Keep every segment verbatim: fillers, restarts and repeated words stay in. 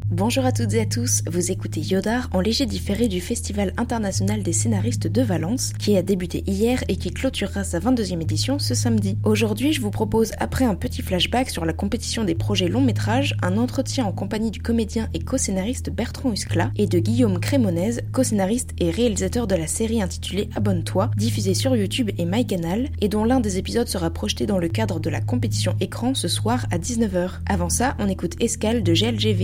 Bonjour à toutes et à tous, vous écoutez Yodar en léger différé du Festival international des scénaristes de Valence qui a débuté hier et qui clôturera sa vingt-deuxième édition ce samedi. Aujourd'hui, je vous propose, après un petit flashback sur la compétition des projets long métrages, un entretien en compagnie du comédien et co-scénariste Bertrand Huskla et de Guillaume Crémonez, co-scénariste et réalisateur de la série intitulée Abonne-toi, diffusée sur YouTube et MyCanal, et dont l'un des épisodes sera projeté dans le cadre de la compétition écran ce soir à dix-neuf heures. Avant ça, on écoute Escale de G L G V.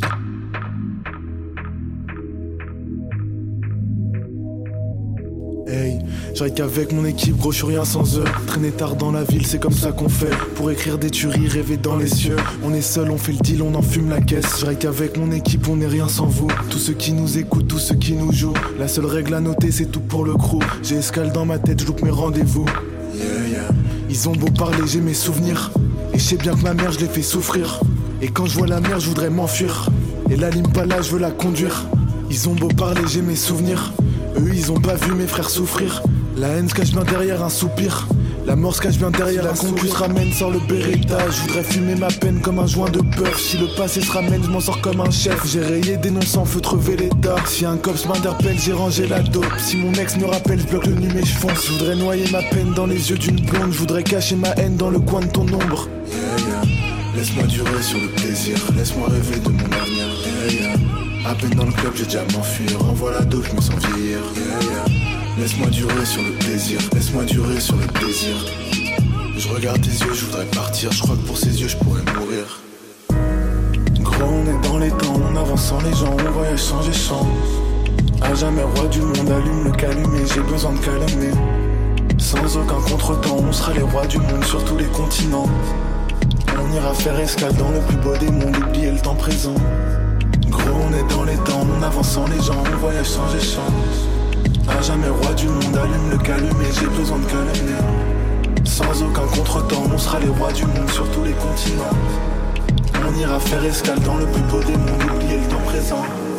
Hey, j'arrive qu'avec mon équipe, gros, je suis rien sans eux. Traîner tard dans la ville, c'est comme ça qu'on fait. Pour écrire des tueries, rêver dans les cieux. On est seul, on fait le deal, on en fume la caisse. J'arrive qu'avec mon équipe, on est rien sans vous. Tous ceux qui nous écoutent, tous ceux qui nous jouent. La seule règle à noter, c'est tout pour le crew. J'ai escale dans ma tête, je loupe mes rendez-vous. Yeah, yeah. Ils ont beau parler, j'ai mes souvenirs. Et je sais bien que ma mère, je l'ai fait souffrir. Et quand je vois la mer, je voudrais m'enfuir. Et la Limpala, je veux la conduire. Ils ont beau parler, j'ai mes souvenirs. Eux ils ont pas vu mes frères souffrir. La haine se cache bien derrière un soupir. La mort se cache bien derrière si la concu se ramène, sort le Beretta. Je voudrais fumer ma peine comme un joint de puff. Si le passé se ramène, je m'en sors comme un chef. J'ai rayé des noms sans feutre l'état. Si un cops m'interpelle, j'ai rangé la dope. Si mon ex me rappelle, je bloque le nu mais je fonce. Je voudrais noyer ma peine dans les yeux d'une blonde. Je voudrais cacher ma haine dans le coin de ton ombre. Yeah, yeah. Laisse-moi durer sur le plaisir. Laisse-moi rêver de mon avenir. Yeah, yeah. À peine dans le club, j'ai déjà m'enfuir. Renvoie la dope, je me sens vieillir. Yeah, yeah. Laisse-moi durer sur le plaisir. Laisse-moi durer sur le plaisir. Je regarde tes yeux, je voudrais partir. Je crois que pour ces yeux, je pourrais mourir. Gros, on est dans les temps, on avance sans les gens. On voyage sans échange. À jamais roi du monde, allume le calumet. J'ai besoin de calmer. Sans aucun contretemps, on sera les rois du monde sur tous les continents. On ira faire escale dans le plus beau des mondes. Oublier le temps présent. Gros, on est dans les temps, on avance sans les gens, on voyage sans échange. À jamais roi du monde, allume le calumet, j'ai besoin de calmer. Sans aucun contretemps, on sera les rois du monde sur tous les continents. On ira faire escale dans le plus beau des mondes, oublier le temps présent.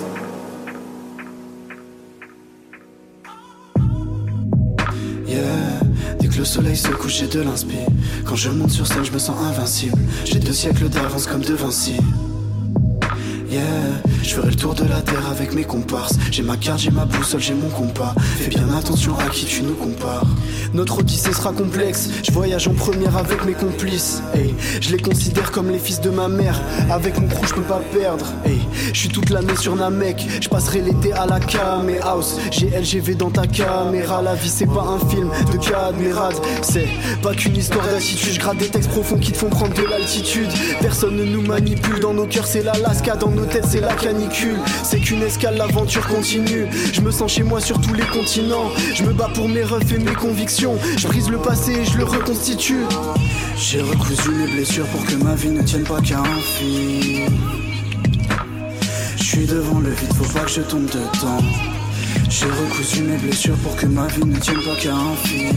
Yeah, dès que le soleil se couche, j'ai de l'inspi. Quand je monte sur scène, je me sens invincible. J'ai deux siècles d'avance comme De Vinci. Yeah, je ferai le tour de la terre avec mes comparses. J'ai ma carte, j'ai ma boussole, j'ai mon compas. Fais bien attention à qui tu nous compares. Notre odyssée sera complexe. Je voyage en première avec mes complices. Hey, je les considère comme les fils de ma mère. Avec mon crew, je peux pas perdre. Hey, je suis toute l'année sur Namek. Je passerai l'été à la cam et house. G L G V dans ta caméra. La vie c'est pas un film de cadmérade. C'est pas qu'une histoire d'attitude. Je gratte des textes profonds qui te font prendre de l'altitude. Personne ne nous manipule. Dans nos cœurs c'est l'Alaska. Dans nos têtes c'est la canicule. C'est qu'une escale, l'aventure continue. Je me sens chez moi sur tous les continents. Je me bats pour mes refs et mes convictions. Je brise le passé et je le reconstitue. J'ai recousu mes blessures pour que ma vie ne tienne pas qu'à un fil. Je suis devant le vide, faut pas que je tombe dedans. J'ai recousu mes blessures pour que ma vie ne tienne pas qu'à un fil.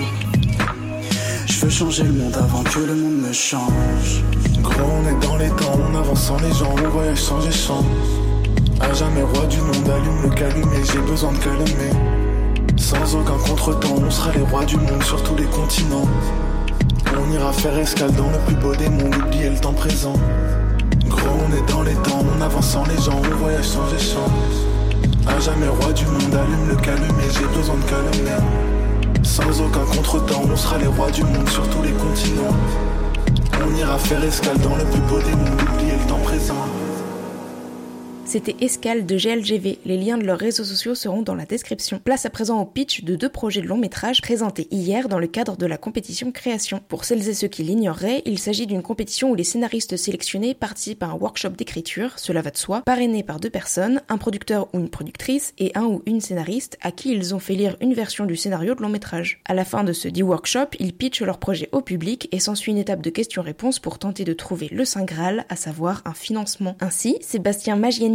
Je veux changer le monde avant que le monde me change. Gros, on est dans les temps, on avance sans les gens, on voyage sans échange. À jamais roi du monde, allume le calumet, j'ai besoin de calmer. Sans aucun contretemps, on sera les rois du monde sur tous les continents. On ira faire escale dans le plus beau des mondes, oublier le temps présent. Gros, on est dans les temps, on avance sans les gens, on voyage sans échange. À jamais roi du monde, allume le calumet, j'ai besoin de calmer. Sans aucun contretemps, on sera les rois du monde sur tous les continents. On ira faire escale dans le plus beau des mondes, oublier le temps présent. C'était Escale de G L G V. Les liens de leurs réseaux sociaux seront dans la description. Place à présent au pitch de deux projets de long métrage présentés hier dans le cadre de la compétition création. Pour celles et ceux qui l'ignoreraient, il s'agit d'une compétition où les scénaristes sélectionnés participent à un workshop d'écriture, cela va de soi, parrainé par deux personnes, un producteur ou une productrice et un ou une scénariste à qui ils ont fait lire une version du scénario de long métrage. À la fin de ce dit workshop, ils pitchent leur projet au public et s'ensuit une étape de questions-réponses pour tenter de trouver le Saint Graal, à savoir un financement. Ainsi, Sébastien Magiani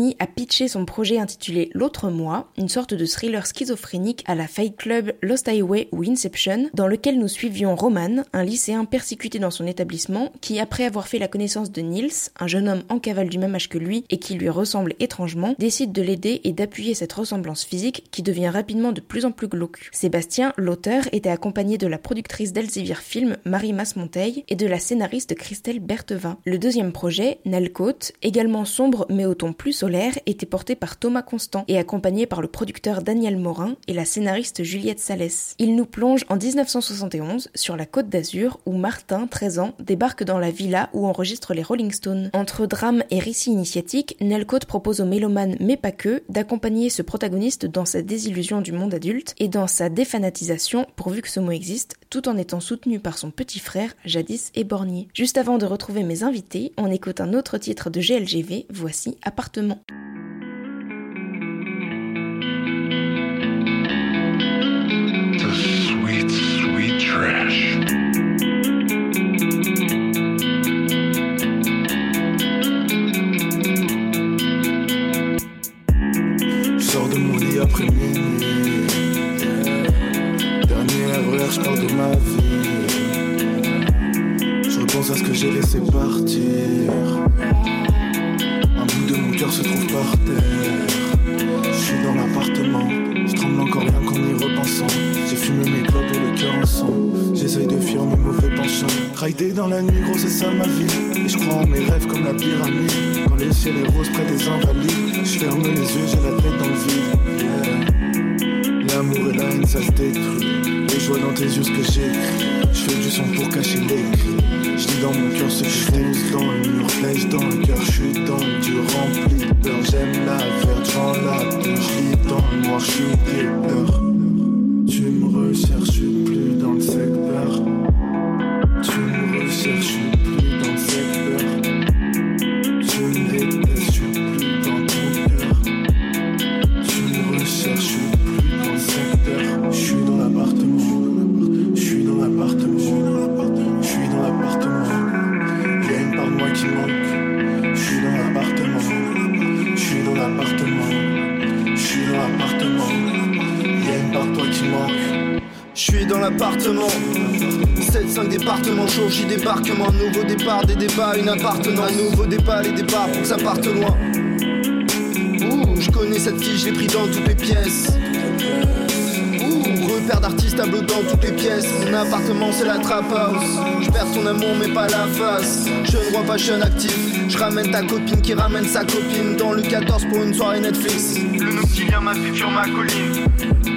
Bernie a pitché son projet intitulé L'autre moi, une sorte de thriller schizophrénique à la Fight Club, Lost Highway ou Inception, dans lequel nous suivions Roman, un lycéen persécuté dans son établissement, qui après avoir fait la connaissance de Niels, un jeune homme en cavale du même âge que lui et qui lui ressemble étrangement, décide de l'aider et d'appuyer cette ressemblance physique qui devient rapidement de plus en plus glauque. Sébastien, l'auteur, était accompagné de la productrice d'Elsevier Film, Marie Masmonteil, et de la scénariste Christelle Berthevin. Le deuxième projet, Nellcote, également sombre mais au ton plus solaire, était porté par Thomas Constant et accompagné par le producteur Daniel Morin et la scénariste Juliette Salès. Il nous plonge en dix-neuf cent soixante et onze sur la Côte d'Azur où Martin, treize ans, débarque dans la villa où enregistrent les Rolling Stones. Entre drame et récit initiatique, Nellcote propose aux mélomanes, mais pas que, d'accompagner ce protagoniste dans sa désillusion du monde adulte et dans sa défanatisation, pourvu que ce mot existe, tout en étant soutenu par son petit frère, jadis éborgné. Juste avant de retrouver mes invités, on écoute un autre titre de G L G V, voici Appartement. The sweet, sweet trash. Sors de mon lit après minuit. Dernière heure, je pars de ma vie. Je repense à ce que j'ai laissé partir. Un bout de mon cœur se trouve par terre. Je suis dans l'appartement. Je tremble encore rien qu'en y repensant. J'ai fumé mes clopes et le cœur en sang. J'essaye de fuir mes mauvais penchants. Rider dans la nuit, gros, c'est ça ma vie. Et je crois en mes rêves comme la pyramide. Quand le ciel est rose près des invalides, je ferme les yeux, j'ai la tête dans le vide. Yeah. L'amour et la haine, ça se détruit. Les joies dans tes yeux, ce que j'écris. Je fais du son pour cacher les cris. Je dis dans mon cœur ce que je fonce dans le mur, flèche dans le cœur, je suis dans le dur rempli de peur. J'aime la verte, j'en la peur, je lis dans le noir, je suis des pleurs. Tu me recherches, je suis plus dans le secteur. Tu me recherches, je suis plus dans le secteur. Tu me détestes, je suis plus dans ton cœur. Tu me recherches, je suis plus dans le secteur. Je suis dans l'appartement, je suis dans l'appartement, je suis dans l'appartement. Il y a une part de moi qui manque. Je suis dans l'appartement, je suis dans l'appartement, je suis dans l'appartement. Il y a une part de toi qui manque. Je suis dans l'appartement, sept cinq départements, jour J débarquement, nouveau départ, des débats, une appartenance, un nouveau départ, les départs pour que ça parte loin. Ouh, je connais cette fille, je l'ai pris dans toutes les pièces. Ouh, repère d'artiste, tableau dans toutes les pièces. Mon appartement c'est la trap house. Je perds ton amour mais pas la face. Jeune roi fashion actif. Je ramène ta copine qui ramène sa copine dans le quatorze pour une soirée Netflix. Le noctilien m'a fait sur ma colline.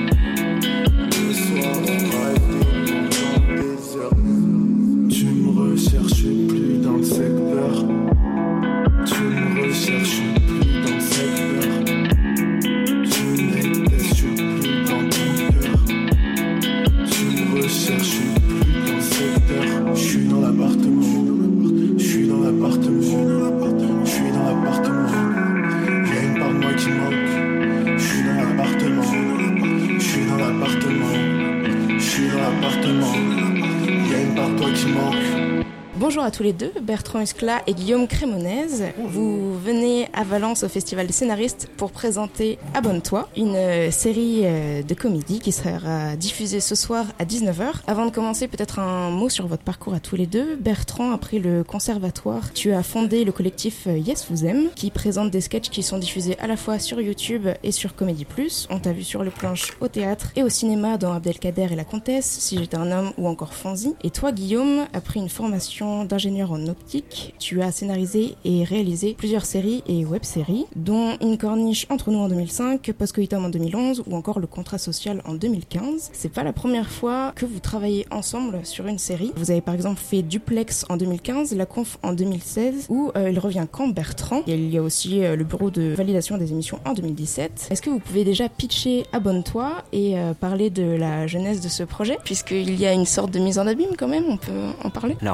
Le soir, on rêve dans des heures. Tu me recherches, je suis plus dans le secteur. Tu me recherches, je suis plus dans le secteur. Tu me détestes, je suis plus dans ton cœur. Tu me recherches, je suis plus dans le secteur. Je suis dans l'appartement, je suis dans l'appartement, je suis dans l'appartement. Il y a une part de moi qui manque. Je suis dans l'appartement, je suis dans l'appartement, je suis dans l'appartement. Il y a une part de toi qui manque. Bonjour à tous les deux, Bertrand Huskla et Guillaume Crémonez. Vous venez à Valence au Festival des scénaristes pour présenter Abonne-toi, une euh, série euh, de comédie qui sera diffusée ce soir à dix-neuf heures. Avant de commencer, peut-être un mot sur votre parcours à tous les deux. Bertrand, après le conservatoire, tu as fondé le collectif euh, Yes Vous Aime, qui présente des sketchs qui sont diffusés à la fois sur YouTube et sur Comédie Plus. On t'a vu sur les planches au théâtre et au cinéma dans Abdelkader et la Comtesse, Si j'étais un homme ou encore Fonzie. Et toi, Guillaume, après une formation d'ingénieur en optique, tu as scénarisé et réalisé plusieurs séries et web-séries, dont Une corniche entre nous en deux mille cinq, Postcoitum en deux mille onze ou encore Le contrat social en deux mille quinze. C'est pas la première fois que vous travaillez ensemble sur une série. Vous avez par exemple fait Duplex en deux mille quinze, La Conf en deux mille seize ou euh, Il revient quand Bertrand. Et il y a aussi euh, le bureau de validation des émissions en deux mille dix-sept. Est-ce que vous pouvez déjà pitcher Abonne-toi et euh, parler de la genèse de ce projet, puisqu'il y a une sorte de mise en abîme quand même, on peut en parler? Alors ouais, le final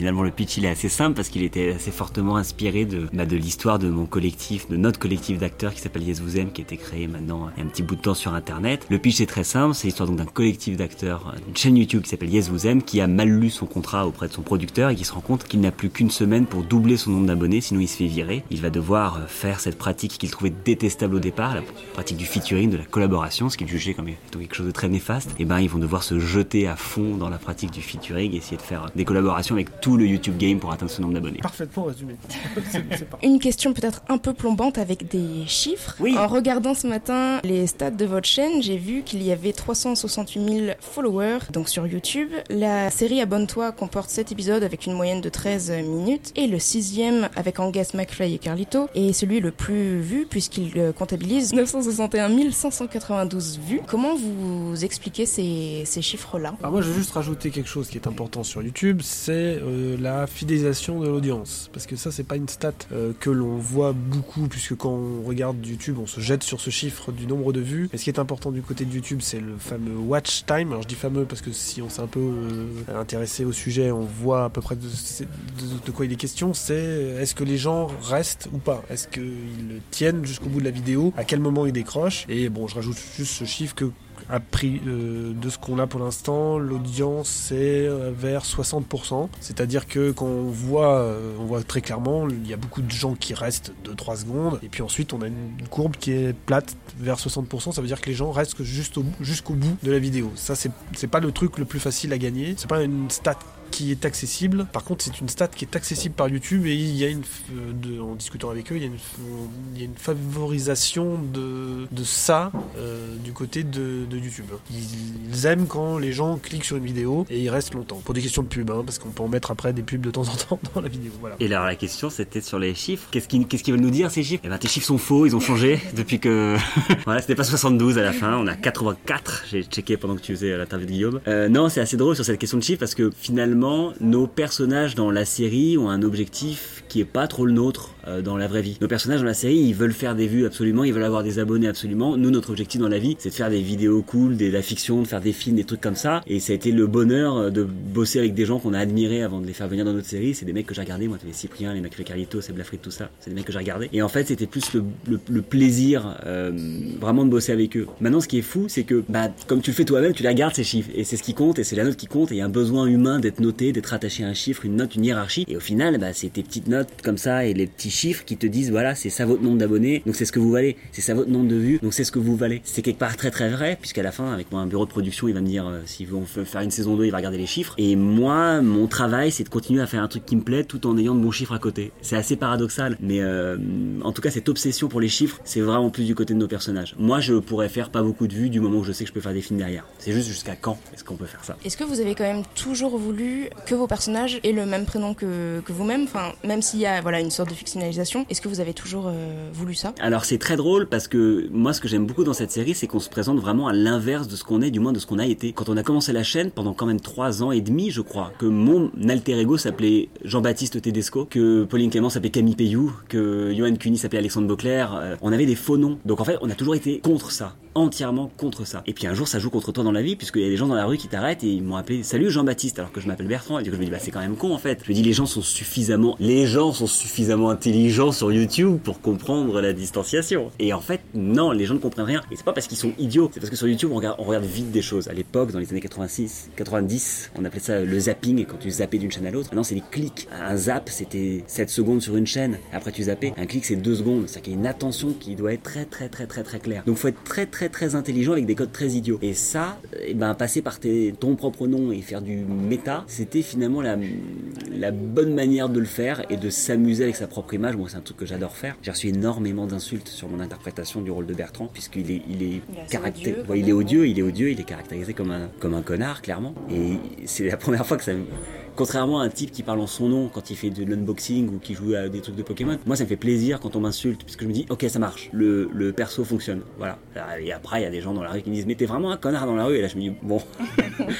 finalement le pitch il est assez simple parce qu'il était assez fortement inspiré de, bah, de l'histoire de mon collectif, de notre collectif d'acteurs qui s'appelle Yes Vous Aime, qui a été créé maintenant il y a un petit bout de temps sur internet. Le pitch est très simple, c'est l'histoire donc d'un collectif d'acteurs, d'une chaîne YouTube qui s'appelle Yes Vous Aime, qui a mal lu son contrat auprès de son producteur et qui se rend compte qu'il n'a plus qu'une semaine pour doubler son nombre d'abonnés, sinon il se fait virer. Il va devoir faire cette pratique qu'il trouvait détestable au départ, la pratique du featuring, de la collaboration, ce qu'il jugeait comme quelque chose de très néfaste. Et ben ils vont devoir se jeter à fond dans la pratique du featuring et essayer de faire des collaborations avec tout le YouTube game pour atteindre ce nombre d'abonnés. Parfaitement résumé. c'est, c'est Une question peut-être un peu plombante avec des chiffres. Oui. En regardant ce matin les stats de votre chaîne, j'ai vu qu'il y avait trois cent soixante-huit mille followers donc sur YouTube. La série Abonne-toi comporte sept épisodes avec une moyenne de treize minutes et le sixième avec en guest McFly et Carlito est celui le plus vu puisqu'il comptabilise neuf cent soixante et un mille cinq cent quatre-vingt-douze vues. Comment vous expliquez ces, ces chiffres-là ? Alors moi je veux juste rajouter quelque chose qui est important sur YouTube, c'est euh, la fidélisation de l'audience. Parce que ça c'est pas une stat euh, que l'on voit beaucoup, puisque quand on regarde YouTube on se jette sur ce chiffre du nombre de vues. Mais ce qui est important du côté de YouTube c'est le fameux watch time. Alors je dis fameux parce que si on s'est un peu euh, intéressé au sujet, on voit à peu près de, de, de quoi il est question. C'est est-ce que les gens restent ou pas ? Est-ce qu'ils tiennent jusqu'au bout de la vidéo ? À quel moment ils décrochent ? Et bon, je rajoute juste ce chiffre que à prix euh, de ce qu'on a pour l'instant, l'audience c'est euh, vers soixante pour cent. C'est-à-dire que quand on voit, euh, on voit très clairement, il y a beaucoup de gens qui restent deux trois secondes, et puis ensuite on a une courbe qui est plate vers soixante pour cent. Ça veut dire que les gens restent juste au, jusqu'au bout de la vidéo. Ça c'est, c'est pas le truc le plus facile à gagner. C'est pas une stat qui est accessible. Par contre, c'est une stat qui est accessible par YouTube et il y a une, euh, de, en discutant avec eux, il y a une, il y a une favorisation de, de ça euh, du côté de, de YouTube. Ils aiment quand les gens cliquent sur une vidéo et ils restent longtemps. Pour des questions de pub, hein, parce qu'on peut en mettre après des pubs de temps en temps dans la vidéo. Voilà. Et alors la question c'était sur les chiffres. Qu'est-ce qu'ils, qu'est-ce qu'ils veulent nous dire ces chiffres ? Eh ben tes chiffres sont faux, ils ont changé depuis que... voilà, c'était pas soixante-douze à la fin, on a quatre-vingt-quatre. J'ai checké pendant que tu faisais l'interview de Guillaume. Euh, non, c'est assez drôle sur cette question de chiffres parce que finalement nos personnages dans la série ont un objectif qui est pas trop le nôtre euh, dans la vraie vie. Nos personnages dans la série, ils veulent faire des vues absolument, ils veulent avoir des abonnés absolument. Nous, notre objectif dans la vie, c'est de faire des vidéos cool, de la fiction, de faire des films, des trucs comme ça. Et ça a été le bonheur de bosser avec des gens qu'on a admirés avant de les faire venir dans notre série. C'est des mecs que j'ai regardés, moi, les Cyprien, les McFly Carlito, c'est Blafrid, tout ça. C'est des mecs que j'ai regardés. Et en fait, c'était plus le, le, le plaisir euh, vraiment de bosser avec eux. Maintenant, ce qui est fou, c'est que bah, comme tu le fais toi-même, tu les regardes ces chiffres. Et c'est ce qui compte, et c'est la note qui compte. Et il y a un besoin humain d'être noté, d'être attaché à un chiffre, une note, une hiérarchie. Et au final, bah, c'est tes petites notes comme ça et les petits chiffres qui te disent voilà, c'est ça votre nombre d'abonnés, donc c'est ce que vous valez. C'est ça votre nombre de vues, donc c'est ce que vous valez. C'est quelque part très très vrai, puisqu'à la fin, avec mon bureau de production, il va me dire euh, s'il veut faire une saison deux, il va regarder les chiffres. Et moi, mon travail, c'est de continuer à faire un truc qui me plaît tout en ayant de bons chiffres à côté. C'est assez paradoxal, mais euh, en tout cas, cette obsession pour les chiffres, c'est vraiment plus du côté de nos personnages. Moi, je pourrais faire pas beaucoup de vues du moment où je sais que je peux faire des films derrière. C'est juste jusqu'à quand est-ce qu'on peut faire ça ? Est-ce que vous avez quand même toujours voulu que vos personnages aient le même prénom que, que vous-même, enfin, même s'il y a voilà, une sorte de fictionnalisation, est-ce que vous avez toujours euh, voulu ça ? Alors c'est très drôle parce que moi ce que j'aime beaucoup dans cette série c'est qu'on se présente vraiment à l'inverse de ce qu'on est, du moins de ce qu'on a été. Quand on a commencé la chaîne, pendant quand même trois ans et demi je crois, que mon alter ego s'appelait Jean-Baptiste Tedesco, que Pauline Clément s'appelait Camille Payou, que Johan Cuny s'appelait Alexandre Beauclerc, euh, on avait des faux noms. Donc en fait on a toujours été contre ça, entièrement contre ça. Et puis un jour ça joue contre toi dans la vie, puisqu'il y a des gens dans la rue qui t'arrêtent et ils m'ont appelé salut Jean-Baptiste alors que je m'appelle Bertrand. Et du coup je me dis bah c'est quand même con en fait. Je me dis les gens sont suffisamment les gens sont suffisamment intelligents sur YouTube pour comprendre la distanciation. Et en fait non, les gens ne comprennent rien. Et c'est pas parce qu'ils sont idiots, c'est parce que sur YouTube on regarde, on regarde vite des choses. À l'époque dans les années quatre-vingt-six, quatre-vingt-dix, on appelait ça le zapping, quand tu zappais d'une chaîne à l'autre. Maintenant c'est des clics. Un zap c'était sept secondes sur une chaîne, après tu zappais. Un clic c'est deux secondes. C'est-à-dire qu'il y a une attention qui doit être très très très très très claire. Donc faut être très très très intelligent avec des codes très idiots. Et ça, et ben passer par tes, ton propre nom et faire du méta, c'était finalement la, la bonne manière de le faire et de s'amuser avec sa propre image. Moi c'est un truc que j'adore faire. J'ai reçu énormément d'insultes sur mon interprétation du rôle de Bertrand, puisqu'il est, il est, il est caracté- odieux, ouais, il est odieux, il est odieux, il est caractérisé comme un, comme un connard, clairement. Et c'est la première fois que ça me... Contrairement à un type qui parle en son nom quand il fait de l'unboxing ou qui joue à des trucs de Pokémon, moi ça me fait plaisir quand on m'insulte, puisque je me dis ok ça marche, le, le perso fonctionne, voilà. Et après il y a des gens dans la rue qui me disent mais t'es vraiment un connard dans la rue, et là je me dis bon...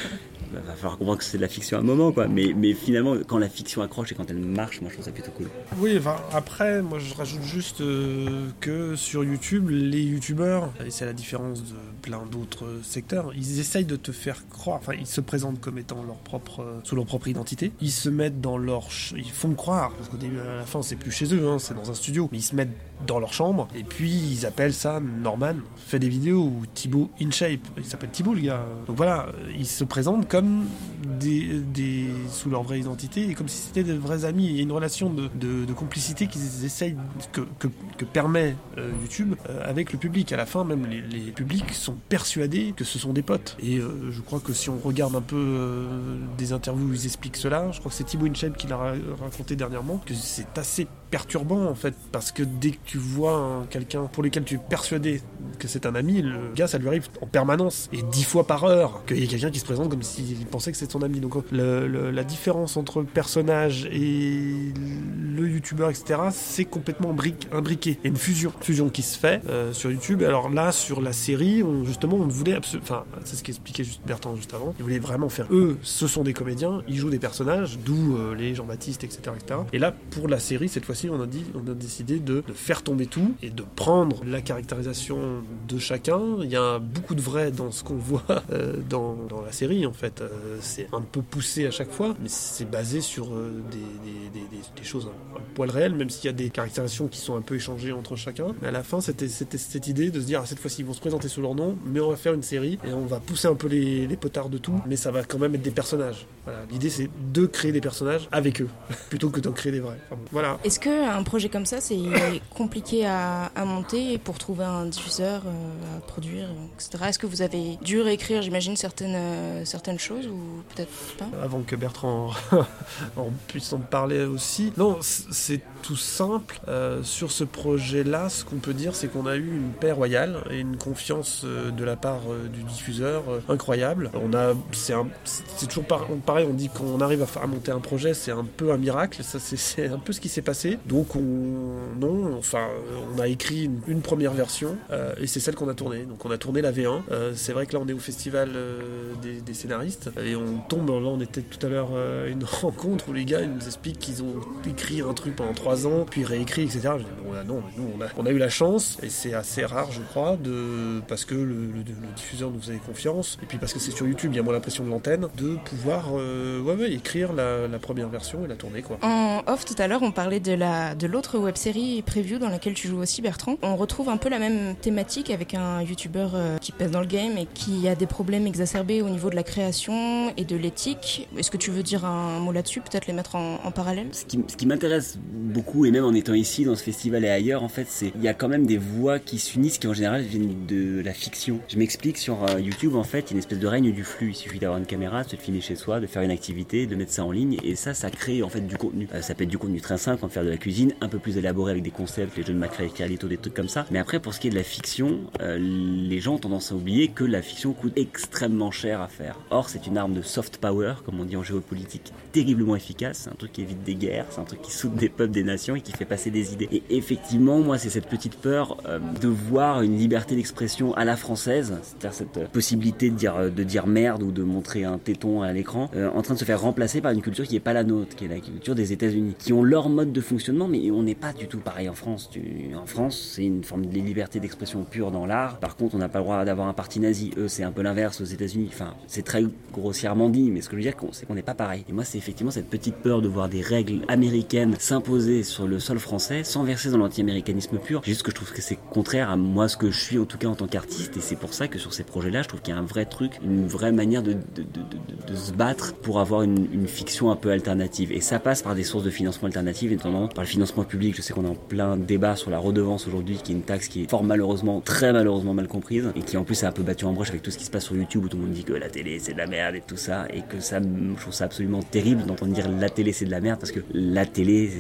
il va falloir comprendre que c'est de la fiction à un moment, quoi. Mais, mais finalement, quand la fiction accroche et quand elle marche, moi je trouve ça plutôt cool. Oui, enfin, après, moi je rajoute juste euh, que sur YouTube, les youtubeurs, et c'est la différence de plein d'autres secteurs, ils essayent de te faire croire, enfin ils se présentent comme étant leur propre, euh, sous leur propre identité, ils se mettent dans leur... Ch- ils font croire, parce qu'au début à la fin c'est plus chez eux, hein, c'est dans un studio, mais ils se mettent dans leur chambre, et puis ils appellent ça Norman fait des vidéos, ou Thibaut InShape, il s'appelle Thibaut le gars. Donc voilà, ils se présentent comme des, des sous leur vraie identité, et comme si c'était des vrais amis. Il y a une relation de, de, de complicité qu'ils essayent, que, que, que permet euh, YouTube euh, avec le public. À la fin, même les, les publics sont persuadés que ce sont des potes. Et euh, je crois que si on regarde un peu euh, des interviews où ils expliquent cela, je crois que c'est Thibaut InShape qui l'a ra- raconté dernièrement, que c'est assez perturbant en fait, parce que dès que tu vois un, quelqu'un pour lequel tu es persuadé que c'est un ami, le gars ça lui arrive en permanence et dix fois par heure qu'il y ait quelqu'un qui se présente comme s'il pensait que c'est son ami. Donc le, le, la différence entre le personnage et le youtubeur, et cetera, c'est complètement imbriqué. Il y a une fusion, fusion qui se fait euh, sur YouTube. Alors là, sur la série, on, justement, on voulait absolument, enfin, c'est ce qu'expliquait juste Bertrand juste avant. Ils voulaient vraiment faire. Eux, ce sont des comédiens, ils jouent des personnages, d'où euh, les Jean-Baptiste, et cetera, et cetera. Et là, pour la série, cette fois-ci, on a dit, on a décidé de, de faire tomber tout et de prendre la caractérisation de chacun. Il y a beaucoup de vrai dans ce qu'on voit euh, dans, dans la série, en fait. Euh, c'est un peu poussé à chaque fois, mais c'est basé sur euh, des, des, des, des, des choses un, un poil réelles, même s'il y a des caractérisations qui sont un peu échangées entre chacun. Mais à la fin, c'était, c'était cette idée de se dire, ah, cette fois-ci, ils vont se présenter sous leur nom, mais on va faire une série et on va pousser un peu les, les potards de tout, mais ça va quand même être des personnages. Voilà. L'idée, c'est de créer des personnages avec eux, plutôt que d'en créer des vrais. Enfin, voilà. Est-ce qu'un projet comme ça, c'est compliqué à, à monter pour trouver un diffuseur, euh, à produire, et cetera. Est-ce que vous avez dû réécrire, j'imagine, certaines, euh, certaines choses ou peut-être pas ? Avant que Bertrand en puisse en parler aussi. Non, c'est tout simple. Euh, sur ce projet-là, ce qu'on peut dire, c'est qu'on a eu une paix royale et une confiance euh, de la part euh, du diffuseur euh, incroyable. On a, c'est, un, c'est toujours par, pareil, on dit qu'on arrive à, faire, à monter un projet, c'est un peu un miracle. Ça, c'est, c'est un peu ce qui s'est passé. Donc, on, non, enfin, on a écrit une, une première version euh, et c'est celle qu'on a tournée. Donc, on a tourné la V un. Euh, c'est vrai que là, on est au festival euh, des, des scénaristes et on tombe. Là, on était tout à l'heure euh, à une rencontre où les gars ils nous expliquent qu'ils ont écrit un truc pendant trois ans, puis réécrit, et cetera. Je dis, bon, là, non, nous, on a, on a eu la chance, et c'est assez rare, je crois, de, parce que le, le, le diffuseur nous faisait confiance, et puis parce que c'est sur YouTube, il y a moins la pression de l'antenne, de pouvoir euh, ouais, ouais, écrire la, la première version et la tourner, quoi. En off, tout à l'heure, on parlait de, la, de l'autre web-série Preview dans laquelle tu joues aussi, Bertrand. On retrouve un peu la même thématique avec un youtubeur euh, qui pèse dans le game et qui a des problèmes exacerbés au niveau de la création et de l'éthique. Est-ce que tu veux dire un mot là-dessus, peut-être les mettre en, en parallèle ? Ce qui, ce qui m'intéresse beaucoup, et même en étant ici dans ce festival et ailleurs, en fait, c'est il y a quand même des voix qui s'unissent qui en général viennent de la fiction. Je m'explique, sur euh, YouTube, en fait, il y a une espèce de règne du flux. Il suffit d'avoir une caméra, de se filmer chez soi, de faire une activité, de mettre ça en ligne, et ça, ça crée en fait du contenu. Euh, ça peut être du contenu très simple, en faire de la cuisine, un peu plus élaboré avec des concepts, les jeux de McFly et Carlito, des trucs comme ça. Mais après, pour ce qui est de la fiction, euh, les gens ont tendance à oublier que la fiction coûte extrêmement cher à faire. Or, c'est une arme de soft power, comme on dit en géopolitique, terriblement efficace. C'est un truc qui évite des guerres, c'est un truc qui soude des peuples, des nations et qui fait passer des idées. Et effectivement, moi, c'est cette petite peur euh, de voir une liberté d'expression à la française, c'est-à-dire cette euh, possibilité de dire, de dire merde ou de montrer un téton à l'écran, euh, en train de se faire remplacer par une culture qui n'est pas la nôtre, qui est la culture des États-Unis, qui ont leur mode de fonctionnement, mais on n'est pas du tout pareil en France. Tu... En France, c'est une forme de liberté d'expression pure dans l'art. Par contre, on n'a pas le droit d'avoir un parti nazi. Eux, c'est un peu l'inverse aux États-Unis. Enfin, c'est très grossièrement dit, mais ce que je veux dire, c'est qu'on n'est pas pareil. Et moi, c'est effectivement cette petite peur de voir des règles américaines s'imposer sur le sol français sans verser dans l'anti-américanisme pur. Juste que je trouve que c'est contraire à moi, ce que je suis en tout cas en tant qu'artiste, et c'est pour ça que sur ces projets-là, je trouve qu'il y a un vrai truc, une vraie manière de, de, de, de, de se battre pour avoir une, une fiction un peu alternative. Et ça passe par des sources de financement alternatives, et notamment par le financement public. Je sais qu'on est en plein débat sur la redevance aujourd'hui, qui est une taxe qui est fort malheureusement, très malheureusement mal comprise, et qui en plus est un peu battue en brèche avec tout ce qui se passe sur YouTube, où tout le monde dit que la télé c'est de la merde et tout ça, et que ça, je trouve ça absolument terrible d'entendre dire la télé c'est de la merde, parce que la télé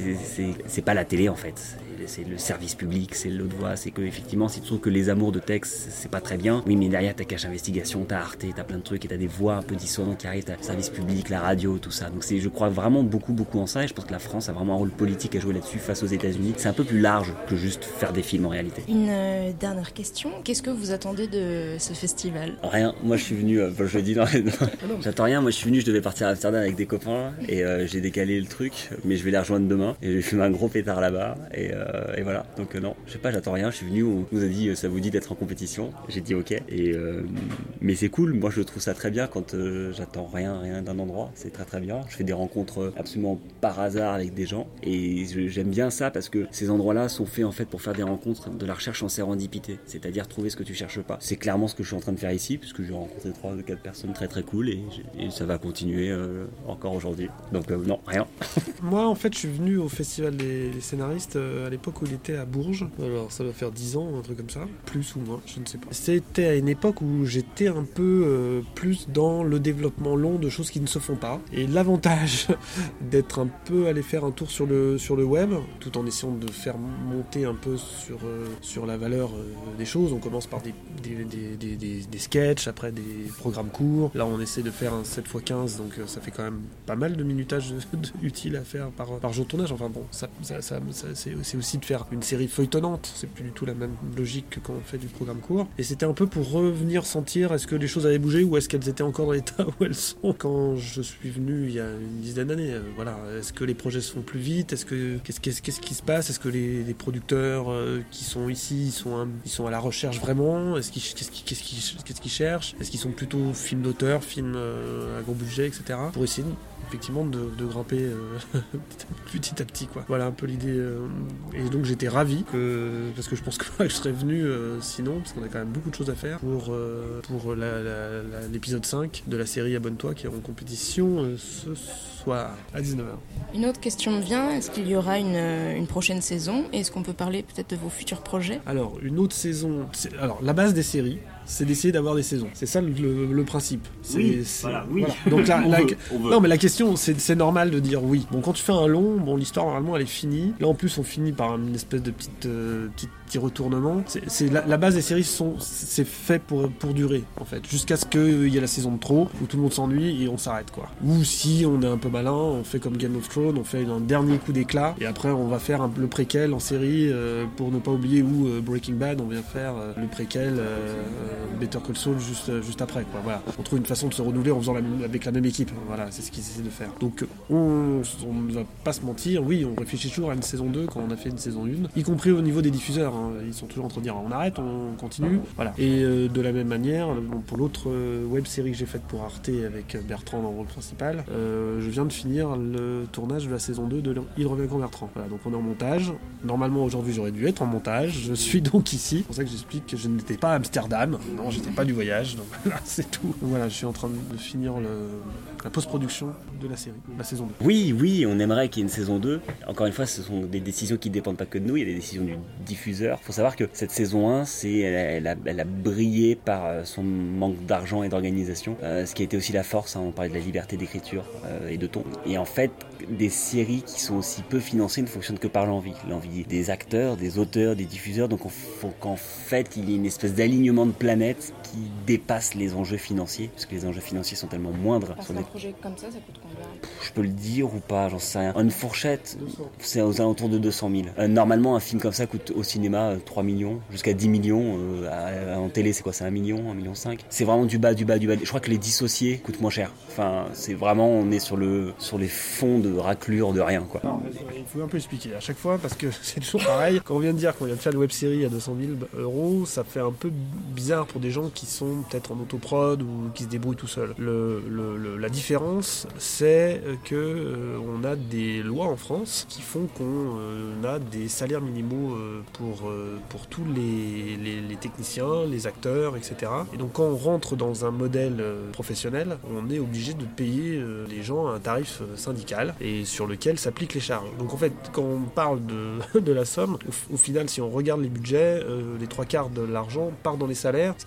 c'est, c'est, c'est pas la télé en fait. C'est, c'est le service public, c'est l'autre voix. C'est que effectivement, si tu trouves que les amours de texte, c'est pas très bien. Oui, mais derrière, t'as Cache Investigation, t'as Arte, t'as plein de trucs et t'as des voix un peu dissonantes qui arrivent, t'as le service public, la radio, tout ça. Donc c'est, je crois vraiment beaucoup, beaucoup en ça. Et je pense que la France a vraiment un rôle politique à jouer là-dessus face aux États-Unis. C'est un peu plus large que juste faire des films en réalité. Une euh, dernière question. Qu'est-ce que vous attendez de ce festival ? Rien. Moi, je suis venu. Euh, je le dis. Non, non. J'attends rien. Moi, je suis venu. Je devais partir à Amsterdam avec des copains et euh, j'ai décalé le truc. Mais je vais les rejoindre demain. Et j'ai fait un gros pétard là-bas. Et, euh, et voilà. Donc euh, non, je sais pas. J'attends rien. Je suis venu. On nous a dit, ça vous dit d'être en compétition. J'ai dit ok. Et euh, mais c'est cool. Moi, je trouve ça très bien quand euh, j'attends rien, rien d'un endroit. C'est très très bien. Je fais des rencontres absolument par hasard avec des gens. Et je, j'aime bien ça parce que ces endroits-là sont faits en fait pour faire des rencontres, de la recherche en sérendipité. C'est-à-dire trouver ce que tu cherches pas. C'est clairement ce que je suis en train de faire ici, puisque j'ai rencontré trois ou quatre personnes très très cool et, et ça va continuer euh, encore aujourd'hui. Donc euh, non, rien. Moi, en fait, je suis venu au Festival des, des scénaristes euh, à l'époque où il était à Bourges. Alors, ça va faire dix ans, un truc comme ça. Plus ou moins, je ne sais pas. C'était à une époque où j'étais un peu euh, plus dans le développement long de choses qui ne se font pas. Et l'avantage d'être un peu allé faire un tour sur le, sur le web, tout en essayant de faire monter un peu sur, euh, sur la valeur euh, des choses. On commence par des, des, des, des, des, des sketchs, après des programmes courts. Là, on essaie de faire un sept fois quinze, donc euh, ça fait quand même pas mal de minutage utile à faire par, par jour de tournage. Enfin bon, ça, ça, ça, ça, c'est, c'est aussi de faire une série feuilletonnante. C'est plus du tout la même logique que quand on fait du programme court. Et c'était un peu pour revenir sentir est-ce que les choses avaient bougé ou est-ce qu'elles étaient encore dans l'état où elles sont quand je suis venu il y a une dizaine d'années. Euh, voilà, est-ce que les projets se font plus vite? Est-ce que qu'est-ce, qu'est-ce, qu'est-ce qui se passe? Est-ce que les, les producteurs euh, qui sont ici, ils sont, un, ils sont à la recherche vraiment? Est-ce qu'ils, qu'est-ce qu'ils, qu'est-ce qu'ils, qu'est-ce qu'ils cherchent? Est-ce qu'ils sont plutôt films d'auteur, films euh, à gros budget, et cetera. Pour essayer effectivement de, de grimper euh, petit à petit, quoi. Voilà un peu l'idée. Euh, et donc j'étais ravi que, parce que je pense que je serais venu euh, sinon, parce qu'on a quand même beaucoup de choses à faire pour, euh, pour la, la, la, l'épisode cinq de la série Abonne-toi qui est en compétition euh, ce soir à dix-neuf heures. Une autre question me vient, est-ce qu'il y aura une, une prochaine saison? Et est-ce qu'on peut parler peut-être de vos futurs projets? Alors, une autre saison... C'est, alors, la base des séries, c'est d'essayer d'avoir des saisons. C'est ça le, le, le principe. C'est, oui, c'est, voilà, oui. Voilà. Donc la, on la, veut, on veut. Non, mais la question, c'est, c'est normal de dire oui. Bon, quand tu fais un long, bon, l'histoire, normalement, elle est finie. Là, en plus, on finit par une espèce de petite, euh, petite, petit retournement. C'est, c'est la, la base des séries, sont, c'est fait pour, pour durer, en fait. Jusqu'à ce qu'il y ait la saison de trop, où tout le monde s'ennuie et on s'arrête, quoi. Ou si on est un peu malin, on fait comme Game of Thrones, on fait un dernier coup d'éclat, et après, on va faire un, le préquel en série, euh, pour ne pas oublier, ou euh, Breaking Bad, on vient faire euh, le préquel euh, Better Call Saul juste, juste après, quoi. Voilà. On trouve une façon de se renouveler en faisant la même, avec la même équipe. Voilà, c'est ce qu'ils essaient de faire. Donc, on ne va pas se mentir, oui, on réfléchit toujours à une saison deux quand on a fait une saison un, y compris au niveau des diffuseurs. Hein. Ils sont toujours en train de dire on arrête, on continue. Voilà. Et euh, de la même manière, bon, pour l'autre euh, web série que j'ai faite pour Arte avec Bertrand dans le rôle principal, euh, je viens de finir le tournage de la saison deux de Il revient quand Bertrand. Voilà, donc on est en montage. Normalement, aujourd'hui, j'aurais dû être en montage. Je suis donc ici. C'est pour ça que j'explique que je n'étais pas à Amsterdam. Non, j'étais pas du voyage. Donc voilà, c'est tout. Donc voilà, je suis en train de finir le, la post-production de la série, la saison deux. Oui, oui, on aimerait qu'il y ait une saison deux. Encore une fois, ce sont des décisions qui ne dépendent pas que de nous, il y a des décisions du diffuseur. Il faut savoir que cette saison un, c'est, elle, a, elle, a, elle a brillé par son manque d'argent et d'organisation, euh, ce qui a été aussi la force, hein, on parlait de la liberté d'écriture euh, et de ton. Et en fait, des séries qui sont aussi peu financées ne fonctionnent que par l'envie. L'envie des acteurs, des auteurs, des diffuseurs. Donc il faut qu'en fait, il y ait une espèce d'alignement de planètes qui dépasse les enjeux financiers, parce que les enjeux financiers sont tellement moindres. Parce qu'un des... projet comme ça, ça coûte combien? Je peux le dire ou pas, j'en sais rien. Une fourchette, c'est aux alentours de deux cent mille. Euh, normalement, un film comme ça coûte au cinéma euh, trois millions, jusqu'à dix millions. Euh, en télé, c'est quoi? C'est un million, un million cinq. C'est vraiment du bas, du bas, du bas. Je crois que les dissociés coûtent moins cher. Enfin, c'est vraiment, on est sur, le, sur les fonds de raclure de rien, quoi. Non, il faut un peu expliquer à chaque fois, parce que c'est toujours pareil. Quand on vient de dire qu'on vient de faire une web série à deux cent mille euros, ça fait un peu bizarre pour des gens qui sont peut-être en autoprod ou qui se débrouillent tout seuls. Le, le, le, la différence, c'est que euh, on a des lois en France qui font qu'on euh, a des salaires minimaux euh, pour, euh, pour tous les, les, les techniciens, les acteurs, et cetera. Et donc quand on rentre dans un modèle euh, professionnel, on est obligé de payer euh, les gens à un tarif euh, syndical et sur lequel s'appliquent les charges. Donc en fait, quand on parle de, de la somme, au, au final, si on regarde les budgets, euh, les trois quarts de l'argent part dans les salaires, ce qui ne sont pas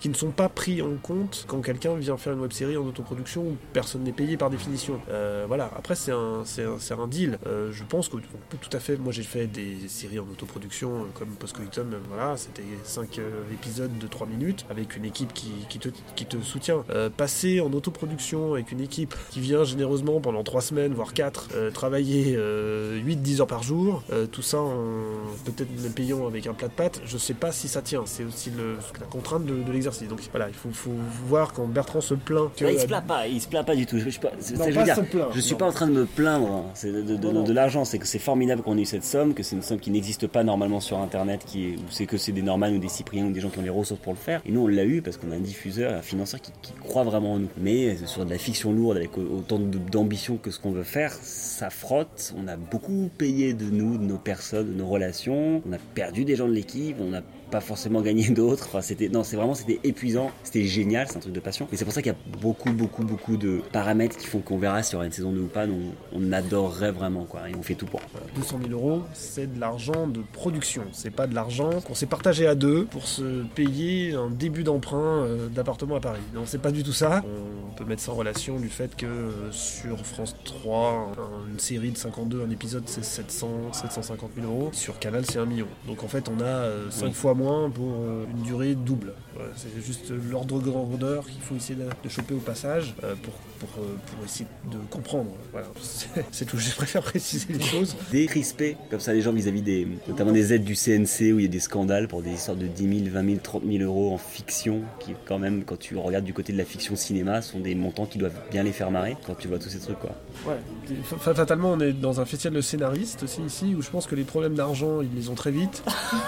pas pris en compte quand quelqu'un vient faire une web-série en autoproduction où personne n'est payé par définition. Euh, voilà, après c'est un, c'est un, c'est un deal. Euh, je pense qu'on peut tout à fait... Moi j'ai fait des séries en autoproduction euh, comme Post-Coitum, euh, voilà, c'était cinq euh, épisodes de trois minutes avec une équipe qui, qui, te, qui te soutient. Euh, passer en autoproduction avec une équipe qui vient généreusement pendant trois semaines, voire quatre, euh, travailler euh, huit dix heures par jour, euh, tout ça en, peut-être les payant avec un plat de pâtes, je sais pas si ça tient. C'est aussi le, la contrainte de, de l'exercice. Donc voilà, il faut, faut voir quand Bertrand se plaint que... Là, il se plaint pas, il se plaint pas du tout. Je, je, je, non, je, pas veux dire, se plaint, je suis non. pas en train de me plaindre hein. c'est de, de, de, Non, non. de l'argent, c'est que c'est formidable qu'on ait eu cette somme, que c'est une somme qui n'existe pas normalement sur internet, qui est, où c'est que c'est des Norman ou des Cypriens ou des gens qui ont les ressources pour le faire. Et nous on l'a eu parce qu'on a un diffuseur, un financeur qui, qui croit vraiment en nous. Mais sur de la fiction lourde avec autant d'ambition que ce qu'on veut faire, ça frotte. On a beaucoup payé de nous, de nos personnes, de nos relations. On a perdu des gens de l'équipe, on a pas forcément gagné d'autres. Enfin, c'était, non, c'est vraiment, c'était épuisant, c'était génial, c'est un truc de passion. Et c'est pour ça qu'il y a beaucoup, beaucoup, beaucoup de paramètres qui font qu'on verra si il y aura une saison deux ou pas. Nous, on adorerait vraiment, quoi. Et on fait tout pour. deux cent mille euros, c'est de l'argent de production. C'est pas de l'argent qu'on s'est partagé à deux pour se payer un début d'emprunt euh, d'appartement à Paris. Non, c'est pas du tout ça. On peut mettre ça en relation du fait que euh, sur France trois, un, une série de cinquante-deux, un épisode, c'est sept cents, sept cent cinquante mille euros. Sur Canal, c'est un million. Donc en fait, on a euh, cinq oui. fois moins pour euh, une durée double. Voilà, c'est juste l'ordre de grandeur qu'il faut essayer de, de choper au passage euh, pour, pour, euh, pour essayer de comprendre. Voilà, c'est, c'est tout. Je préfère préciser les choses. Décrisper comme ça les gens vis-à-vis des, notamment des aides du C N C où il y a des scandales pour des histoires de dix mille, vingt mille, trente mille euros en fiction qui quand même, quand tu regardes du côté de la fiction cinéma, sont des montants qui doivent bien les faire marrer quand tu vois tous ces trucs, quoi. Ouais. Fatalement, on est dans un festival de scénaristes aussi ici où je pense que les problèmes d'argent, ils les ont très vite.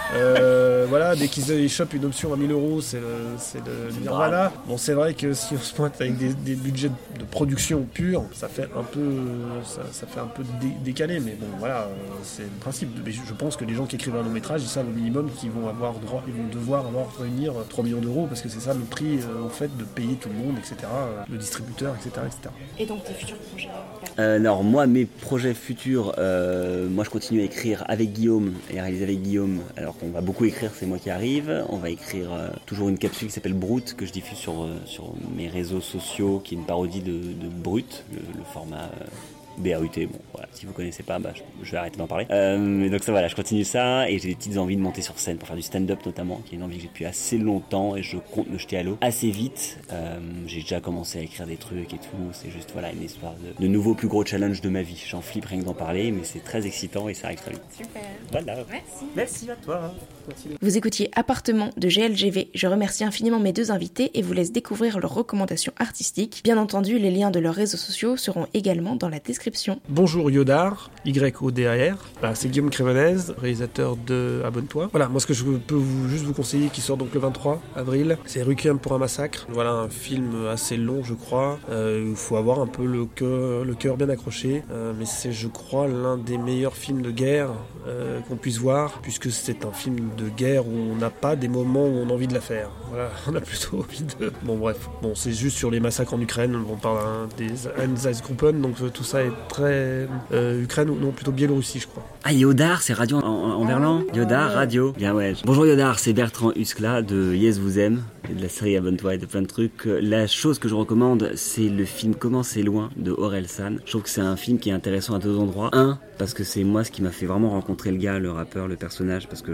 euh, voilà, dès qu'ils chopent une option à mille euros, c'est le, c'est le nirvana. Bon, c'est vrai que si on se pointe avec des, des budgets de production purs, ça fait un peu, ça, ça fait un peu dé, décalé, mais bon, voilà, c'est le principe. Mais je pense que les gens qui écrivent un long métrage, ils savent au minimum qu'ils vont avoir droit, ils vont devoir avoir réunir trois millions d'euros parce que c'est ça le prix, euh, en fait, de payer tout le monde, et cetera, euh, le distributeur, et cetera, et cetera. Et donc tes futurs projets? Euh, alors moi, mes projets futurs, euh, moi je continue à écrire avec Guillaume et à réaliser avec Guillaume. Alors qu'on va beaucoup écrire, c'est moi qui arrive. On va écrire euh, toujours une capsule qui s'appelle Brut que je diffuse sur euh, sur mes réseaux sociaux, qui est une parodie de, de Brut, le, le format. Euh, B R U T, bon voilà, si vous connaissez pas, bah, je, je vais arrêter d'en parler. Euh, donc ça voilà, je continue ça et j'ai des petites envies de monter sur scène pour faire du stand-up notamment, qui est une envie que j'ai depuis assez longtemps et je compte me jeter à l'eau assez vite. Euh, j'ai déjà commencé à écrire des trucs et tout, c'est juste voilà une histoire de, de nouveau plus gros challenge de ma vie. J'en flippe rien que d'en parler, mais c'est très excitant et ça arrive très vite. Super. Voilà. Merci. Merci à toi. Merci. Vous écoutiez Appartement de G L G V. Je remercie infiniment mes deux invités et vous laisse découvrir leurs recommandations artistiques. Bien entendu, les liens de leurs réseaux sociaux seront également dans la description. Bonjour Yodar, Y O D A R. Voilà, c'est Guillaume Crévenez, réalisateur de Abonne-toi. Voilà, moi ce que je peux vous, juste vous conseiller, qui sort donc le vingt-trois avril, c'est Requiem pour un massacre. Voilà, un film assez long, je crois. Euh, il faut avoir un peu le cœur, le cœur bien accroché. Euh, mais c'est, je crois, l'un des meilleurs films de guerre euh, qu'on puisse voir, puisque c'est un film de guerre où on n'a pas des moments où on a envie de la faire. Voilà, on a plutôt envie de... Bon bref, bon, c'est juste sur les massacres en Ukraine. On parle hein, des Einsatzgruppen, donc tout ça est très... Euh, Ukraine ou non, plutôt Biélorussie, je crois. Ah, Yodar, c'est radio en, en, en verlan. Yodar, radio. Bien ouais. Bonjour Yodar, c'est Bertrand Huskla de Yes vous aime, et de la série Abonne-toi et de plein de trucs. La chose que je recommande, c'est le film Comment c'est loin de Orelsan. Je trouve que c'est un film qui est intéressant à deux endroits. Un, parce que c'est moi ce qui m'a fait vraiment rencontrer le gars, le rappeur, le personnage, parce que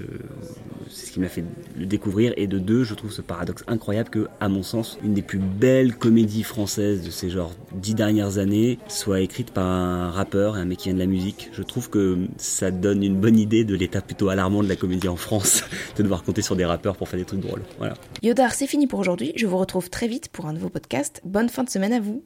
je... c'est ce qui m'a fait le découvrir. Et de deux, je trouve ce paradoxe incroyable que, à mon sens, une des plus belles comédies françaises de ces genre dix dernières années soit écrite par un rappeur et un mec qui vient de la musique. Je trouve que ça donne une bonne idée de l'état plutôt alarmant de la comédie en France, de devoir compter sur des rappeurs pour faire des trucs drôles. Voilà. Yodar, c'est fini pour aujourd'hui. Je vous retrouve très vite pour un nouveau podcast. Bonne fin de semaine à vous.